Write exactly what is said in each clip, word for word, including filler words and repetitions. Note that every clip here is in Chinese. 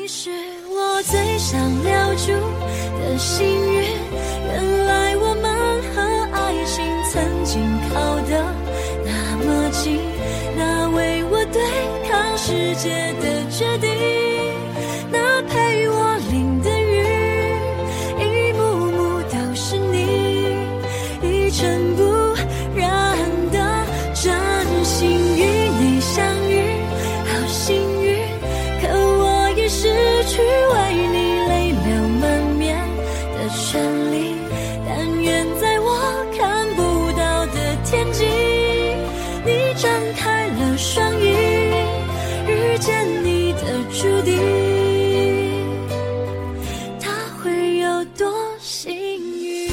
你是我最想留住的幸运，原来我们和爱情曾经靠得那么近，那为我对抗世界的决定，那陪我淋的雨，一幕幕都是你，一尘不染的真心与你相遇，好幸运，可我已失去为你泪流满面的权利，但愿在我看不到的天际，你张开了双翼，遇见你的注定，它会有多幸运。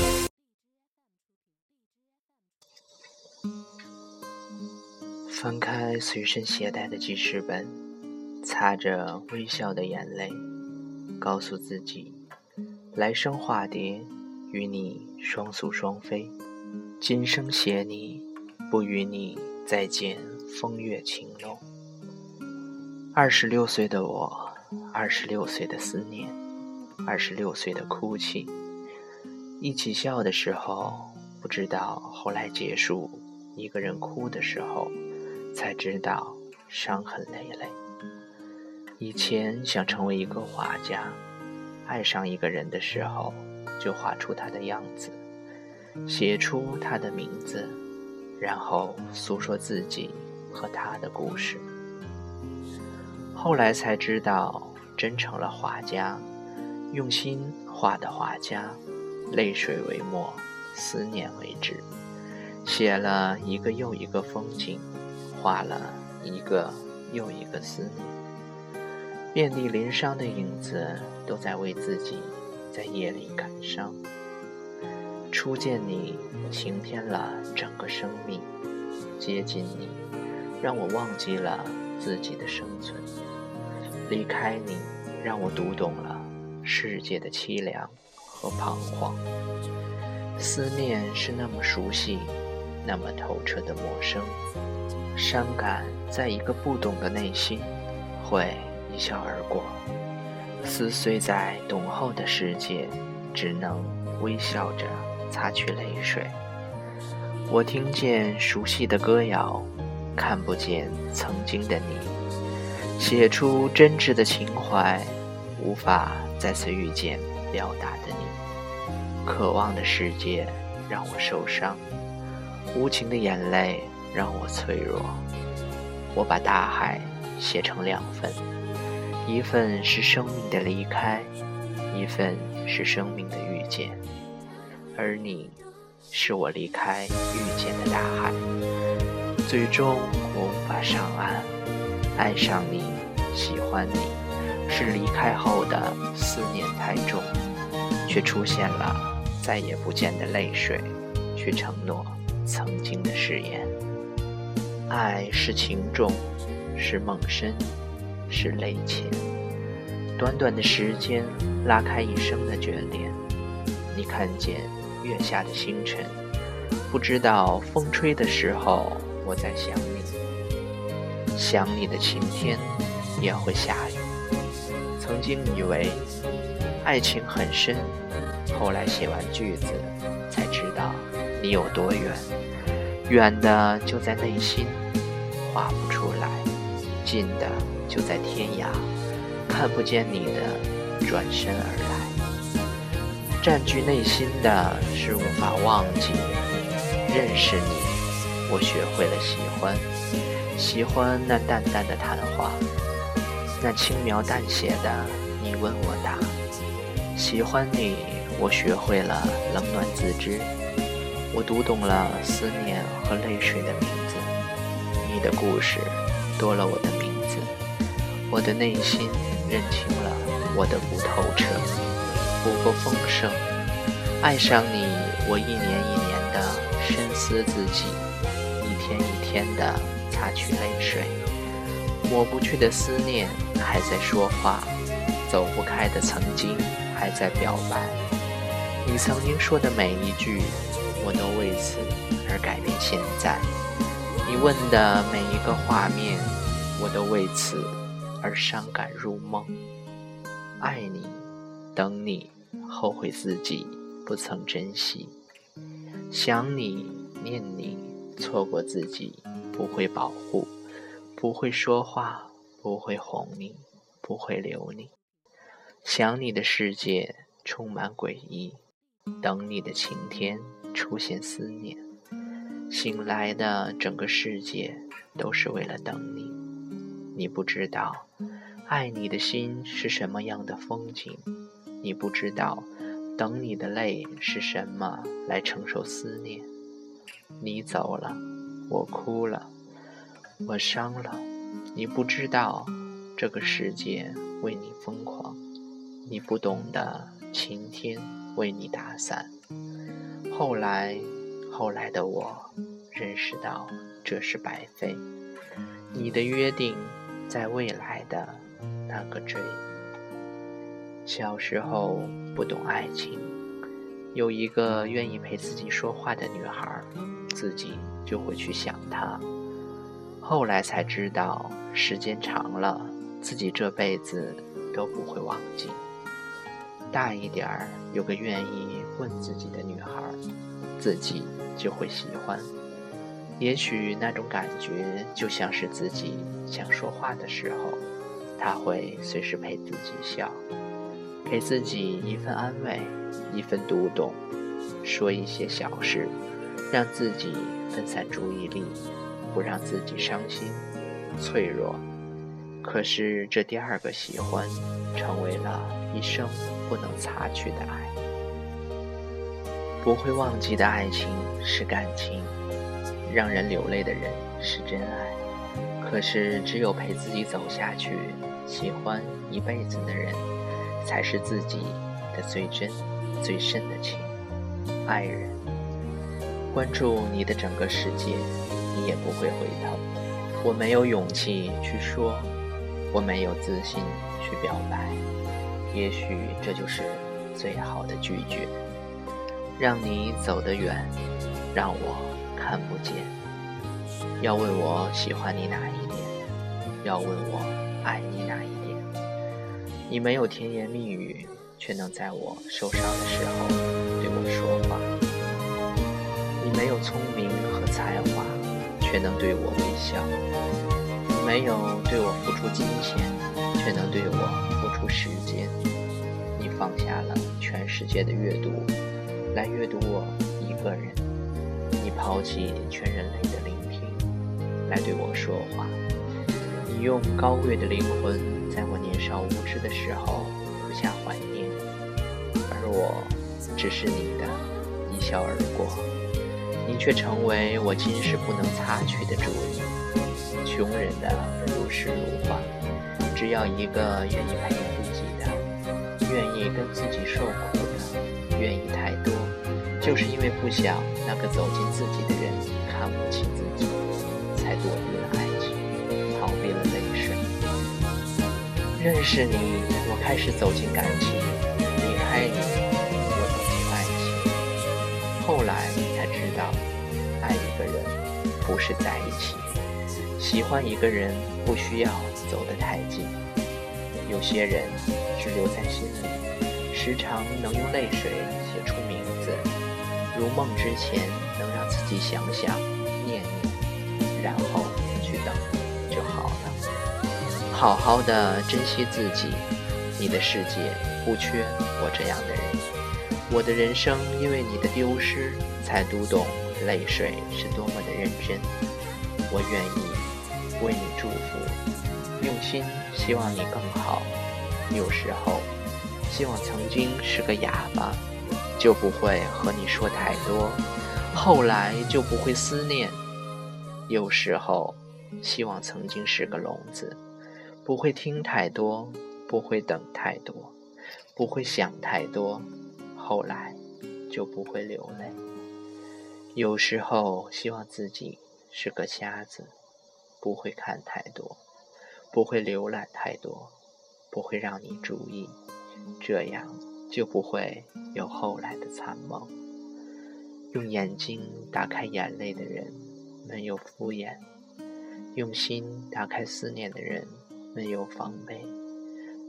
翻开随身携带的记事本，擦着微笑的眼泪，告诉自己来生化蝶，与你双宿双飞，今生携你，不与你再见风月情浓。二十六岁的我，二十六岁的思念，二十六岁的哭泣，一起笑的时候不知道，后来结束一个人哭的时候才知道伤痕累累。以前想成为一个画家，爱上一个人的时候就画出他的样子，写出他的名字，然后诉说自己和他的故事。后来才知道，真成了画家，用心画的画家，泪水为墨，思念为纸，写了一个又一个风景，画了一个又一个思念，遍地鳞伤的影子都在为自己在夜里感伤。初见你，晴天了整个生命，接近你，让我忘记了自己的生存，离开你，让我读懂了世界的凄凉和彷徨。思念是那么熟悉，那么透彻的陌生，伤感在一个不懂的内心会一笑而过，撕碎在懂后的世界，只能微笑着擦去泪水。我听见熟悉的歌谣，看不见曾经的你，写出真挚的情怀，无法再次遇见表达的你。渴望的世界让我受伤，无情的眼泪让我脆弱。我把大海写成两份，一份是生命的离开，一份是生命的遇见。而你是我离开遇见的大海，最终我无法上岸。爱上你，喜欢你，是离开后的思念太重，却出现了再也不见的泪水，去承诺曾经的誓言。爱是情重，是梦深，是泪浅，短短的时间拉开一生的眷恋。你看见月下的星辰，不知道风吹的时候我在想你，想你的晴天也会下雨。曾经以为爱情很深，后来写完句子才知道你有多远，远的就在内心画不出来，近的就在天涯，看不见你的转身而来。占据内心的是无法忘记，认识你，我学会了喜欢，喜欢那淡淡的谈话，那轻描淡写的你问我答。喜欢你，我学会了冷暖自知，我读懂了思念和泪水的名字。你的故事多了我的名字，我的内心认清了我的不透彻，不够丰盛。爱上你，我一年一年的深思自己，一天一天的擦去泪水，抹不去的思念还在说话，走不开的曾经还在表白。你曾经说的每一句，我都为此而改变现在。你问的每一个画面，我都为此而伤感入梦。 爱你，等你，后悔自己不曾珍惜；想你，念你，错过自己不会保护，不会说话，不会哄你，不会留你。想你的世界充满诡异，等你的晴天出现思念。醒来的整个世界都是为了等你。你不知道爱你的心是什么样的风景，你不知道等你的泪是什么来承受思念。你走了，我哭了，我伤了，你不知道这个世界为你疯狂，你不懂得晴天为你打伞。后来后来的我认识到这是白费，你的约定在未来的那个追。小时候不懂爱情，有一个愿意陪自己说话的女孩，自己就会去想她。后来才知道，时间长了，自己这辈子都不会忘记。大一点儿，有个愿意问自己的女孩，自己就会喜欢。也许那种感觉就像是自己想说话的时候，她会随时陪自己笑，给自己一份安慰，一份读懂，说一些小事，让自己分散注意力，不让自己伤心脆弱。可是这第二个喜欢成为了一生不能擦去的爱。不会忘记的爱情是感情，让人流泪的人是真爱。可是只有陪自己走下去，喜欢一辈子的人，才是自己的最真最深的情。爱人，关注你的整个世界，你也不会回头。我没有勇气去说，我没有自信去表白，也许这就是最好的拒绝。让你走得远，让我看不见。要问我喜欢你哪一点，要问我爱你哪一点。你没有甜言蜜语，却能在我受伤的时候对我说话。你没有聪明和才华，却能对我微笑。你没有对我付出金钱，却能对我付出时间。你放下了全世界的阅读，来阅读我一个人。你抛弃全人类的聆听，来对我说话。你用高贵的灵魂，在我年少无知的时候留下怀念，而我只是你的一笑而过。你却成为我今世不能擦去的注意。穷人的如诗如画，只要一个愿意陪自己的，愿意跟自己受苦的，愿意太多，就是因为不想那个走进自己的人看不起自己，才躲避了爱情，逃避了泪水。认识你，我开始走进感情；离开你，我走进爱情。后来才知道，爱一个人不是在一起，喜欢一个人不需要走得太近。有些人只留在心里，时常能用泪水写出名字，入梦之前能让自己想想念念，然后去等就好了。好好的珍惜自己，你的世界不缺我这样的人。我的人生因为你的丢失，才读懂泪水是多么的认真。我愿意为你祝福，用心希望你更好。有时候希望曾经是个哑巴，就不会和你说太多，后来就不会思念。有时候希望曾经是个聋子，不会听太多，不会等太多，不会想太多，后来就不会流泪。有时候希望自己是个瞎子，不会看太多，不会浏览太多，不会让你注意，这样就不会有后来的残梦。用眼睛打开眼泪的人，没有敷衍；用心打开思念的人，没有防备；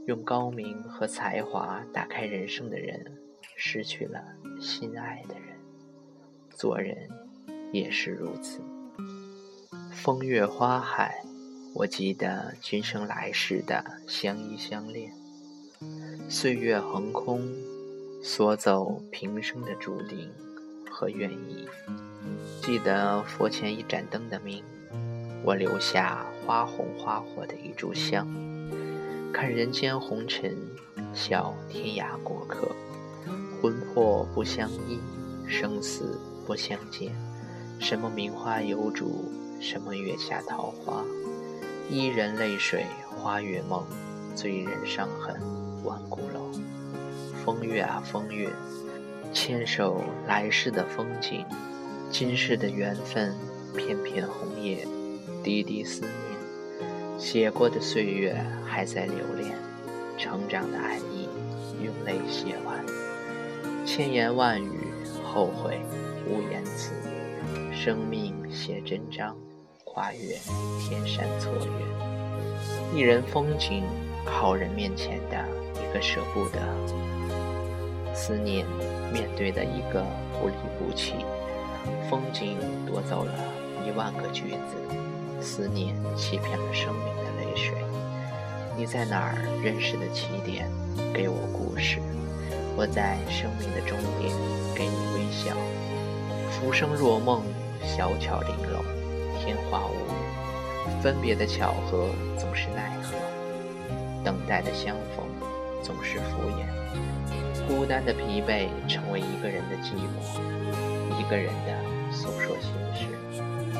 用高明和才华打开人生的人，失去了心爱的人。做人也是如此。风月花海，我记得今生来世的相依相恋。岁月横空，所走平生的注定和愿意。记得佛前一盏灯的明，我留下花红花火的一炷香，看人间红尘，笑天涯过客。魂魄不相依，生死不相见。什么名花有主，什么月下桃花。伊人泪水花月梦，醉人伤痕万古楼。风月啊风月，牵手来世的风景，今世的缘分，片片红叶，滴滴思念。写过的岁月还在留恋，成长的爱意用泪写完。千言万语，后悔无言辞。生命写真章，跨越天山错越。一人风景，好人面前的一个舍不得。思念面对的一个不离不弃。风景夺走了一万个句子，思念欺骗了生命的泪水。你在哪儿认识的起点，给我故事。我在生命的终点，给你微笑。浮生若梦，小巧玲珑，天花无语。分别的巧合总是奈何，等待的相逢总是敷衍。孤单的疲惫成为一个人的寂寞，一个人的诉说心事。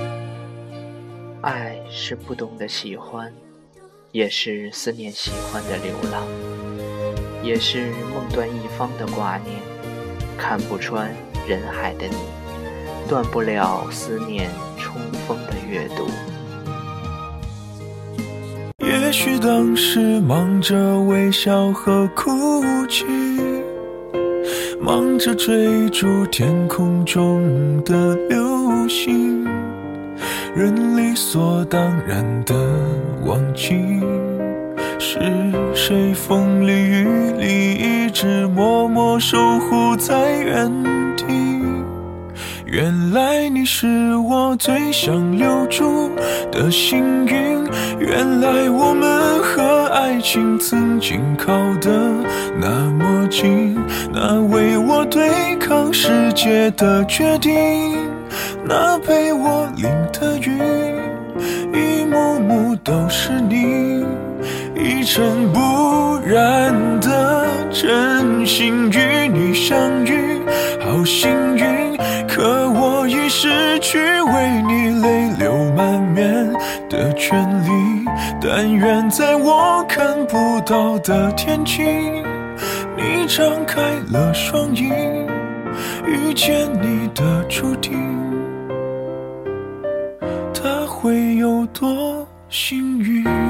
爱是不懂得喜欢，也是思念喜欢的流浪，也是梦断一方的挂念。看不穿人海的你，断不了思念冲锋的阅读。 也许当时忙着微笑和哭泣，忙着追逐天空中的流星，人理所当然的忘记是谁风里雨里一直默默守护在原地。原来你是我最想留住的幸运，原来我们和爱情曾经靠得那么近，那为我对抗世界的决定，那陪我淋的雨，一幕幕都是你，一尘不染的真心与你相遇，好幸运。可我已失去为你泪流满面的权利，但愿在我看不到的天际，你张开了双翼，遇见你的注定，它会有多幸运。